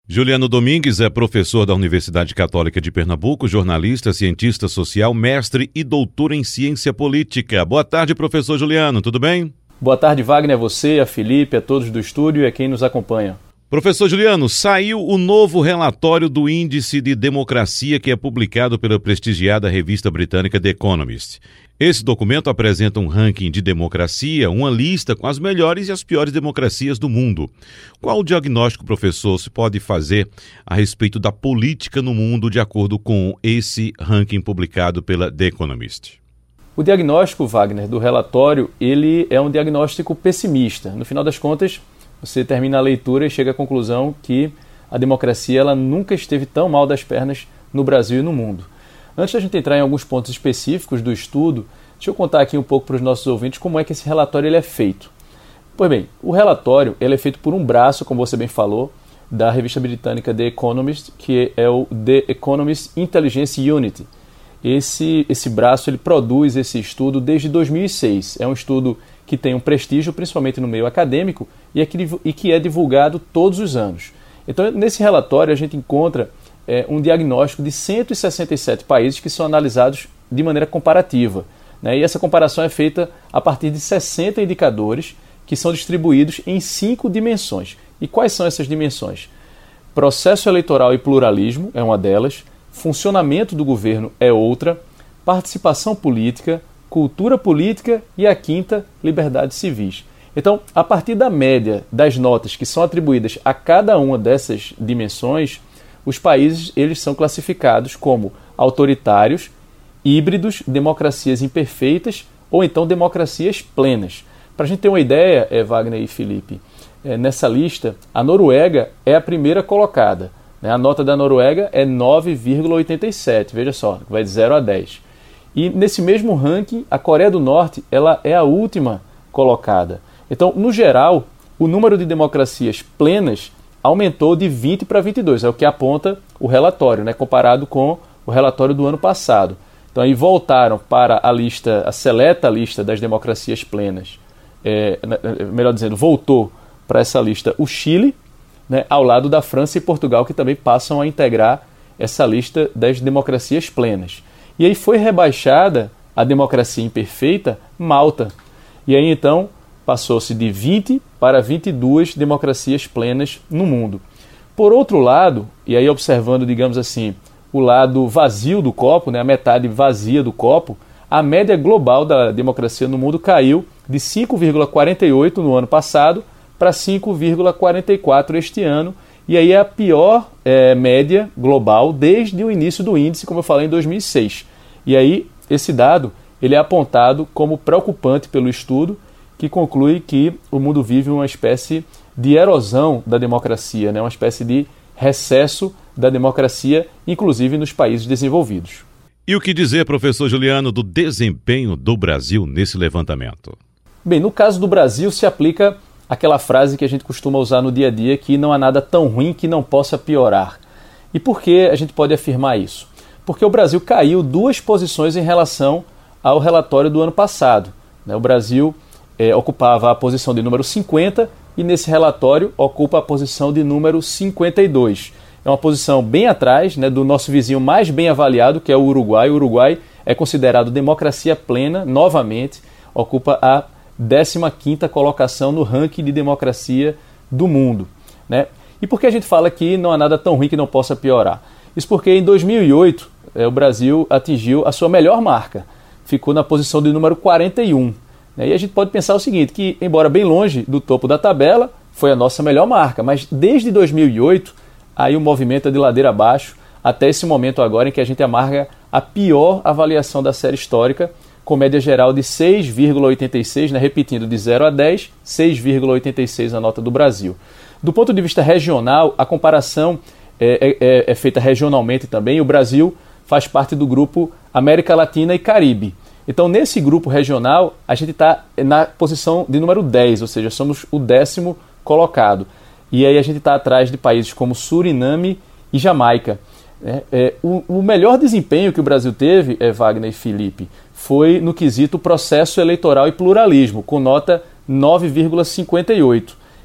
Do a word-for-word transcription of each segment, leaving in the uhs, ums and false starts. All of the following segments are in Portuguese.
Juliano Domingues é professor da Universidade Católica de Pernambuco, jornalista, cientista social, mestre e doutor em ciência política. Boa tarde, professor Juliano, tudo bem? Boa tarde, Wagner, a você, a Felipe, a todos do estúdio e a quem nos acompanha. Professor Juliano, saiu o novo relatório do Índice de Democracia que é publicado pela prestigiada revista britânica The Economist. Esse documento apresenta um ranking de democracia, uma lista com as melhores e as piores democracias do mundo. Qual o diagnóstico, professor, se pode fazer a respeito da política no mundo de acordo com esse ranking publicado pela The Economist? O diagnóstico, Wagner, do relatório, ele é um diagnóstico pessimista. No final das contas, você termina a leitura e chega à conclusão que a democracia ela nunca esteve tão mal das pernas no Brasil e no mundo. Antes da gente entrar em alguns pontos específicos do estudo, deixa eu contar aqui um pouco para os nossos ouvintes como é que esse relatório ele é feito. Pois bem, o relatório ele é feito por um braço, como você bem falou, da revista britânica The Economist, que é o The Economist Intelligence Unit. Esse, esse braço ele produz esse estudo desde dois mil e seis. É um estudo que tem um prestígio, principalmente no meio acadêmico, e, é que, e que é divulgado todos os anos. Então, nesse relatório, a gente encontra é, um diagnóstico de cento e sessenta e sete países que são analisados de maneira comparativa. Né? E essa comparação é feita a partir de sessenta indicadores que são distribuídos em cinco dimensões. E quais são essas dimensões? Processo eleitoral e pluralismo é uma delas, funcionamento do governo é outra, participação política, cultura política e a quinta, liberdades civis. Então, a partir da média das notas que são atribuídas a cada uma dessas dimensões, os países eles são classificados como autoritários, híbridos, democracias imperfeitas ou então democracias plenas. Para a gente ter uma ideia, é, Wagner e Felipe, é, nessa lista, a Noruega é a primeira colocada. Né? A nota da Noruega é nove vírgula oitenta e sete, veja só, vai de zero a dez. E nesse mesmo ranking, a Coreia do Norte ela é a última colocada. Então, no geral, o número de democracias plenas aumentou de vinte para vinte e dois, é o que aponta o relatório, né, comparado com o relatório do ano passado. Então, aí voltaram para a lista, a seleta lista das democracias plenas, é, melhor dizendo, voltou para essa lista o Chile, né, ao lado da França e Portugal, que também passam a integrar essa lista das democracias plenas. E aí foi rebaixada a democracia imperfeita, Malta. E aí então passou-se de vinte para vinte e duas democracias plenas no mundo. Por outro lado, e aí observando, digamos assim, o lado vazio do copo, né, a metade vazia do copo, a média global da democracia no mundo caiu de cinco vírgula quarenta e oito no ano passado para cinco vírgula quarenta e quatro este ano. E aí é a pior é, média global desde o início do índice, como eu falei, em dois mil e seis. E aí esse dado ele é apontado como preocupante pelo estudo, que conclui que o mundo vive uma espécie de erosão da democracia, né? Uma espécie de recesso da democracia, inclusive nos países desenvolvidos. E o que dizer, professor Juliano, do desempenho do Brasil nesse levantamento? Bem, no caso do Brasil se aplica aquela frase que a gente costuma usar no dia a dia, que não há nada tão ruim que não possa piorar. E por que a gente pode afirmar isso? Porque o Brasil caiu duas posições em relação ao relatório do ano passado. O Brasil é, ocupava a posição de número cinquenta e nesse relatório ocupa a posição de número cinquenta e dois. É uma posição bem atrás, né, do nosso vizinho mais bem avaliado, que é o Uruguai. O Uruguai é considerado democracia plena, novamente, ocupa a décima quinta colocação no ranking de democracia do mundo. Né? E por que a gente fala que não há nada tão ruim que não possa piorar? Isso porque em dois mil e oito é, o Brasil atingiu a sua melhor marca, ficou na posição de número quarenta e um. Né? E a gente pode pensar o seguinte, que embora bem longe do topo da tabela, foi a nossa melhor marca, mas desde dois mil e oito, aí o movimento é de ladeira abaixo, até esse momento agora em que a gente amarga a pior avaliação da série histórica, com média geral de seis vírgula oitenta e seis, né? Repetindo, de zero a dez, seis vírgula oitenta e seis a nota do Brasil. Do ponto de vista regional, a comparação é, é, é feita regionalmente também. O Brasil faz parte do grupo América Latina e Caribe. Então, nesse grupo regional, a gente está na posição de número dez, ou seja, somos o décimo colocado. E aí a gente está atrás de países como Suriname e Jamaica. É, é, o, o melhor desempenho que o Brasil teve, é, Wagner e Felipe, foi no quesito processo eleitoral e pluralismo, com nota nove vírgula cinquenta e oito.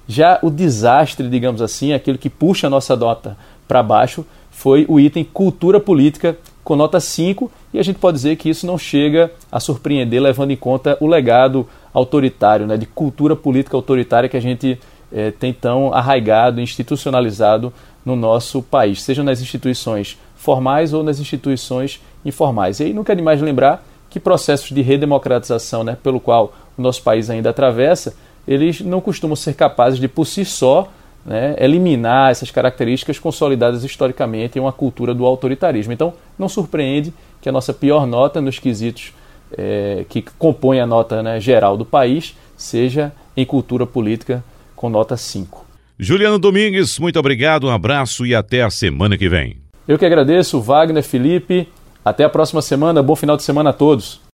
Já o desastre, digamos assim, aquilo que puxa a nossa nota para baixo, foi o item cultura política com nota cinco, e a gente pode dizer que isso não chega a surpreender, levando em conta o legado autoritário, né, de cultura política autoritária que a gente é, tem tão arraigado, institucionalizado no nosso país, seja nas instituições formais ou nas instituições informais. E aí nunca é demais lembrar que processos de redemocratização, né, pelo qual o nosso país ainda atravessa, eles não costumam ser capazes de, por si só, né, eliminar essas características consolidadas historicamente em uma cultura do autoritarismo. Então, não surpreende que a nossa pior nota nos quesitos é, que compõem a nota, né, geral do país seja em cultura política com nota cinco. Juliano Domingues, muito obrigado, um abraço e até a semana que vem. Eu que agradeço, Wagner, Felipe. Até a próxima semana. Bom final de semana a todos.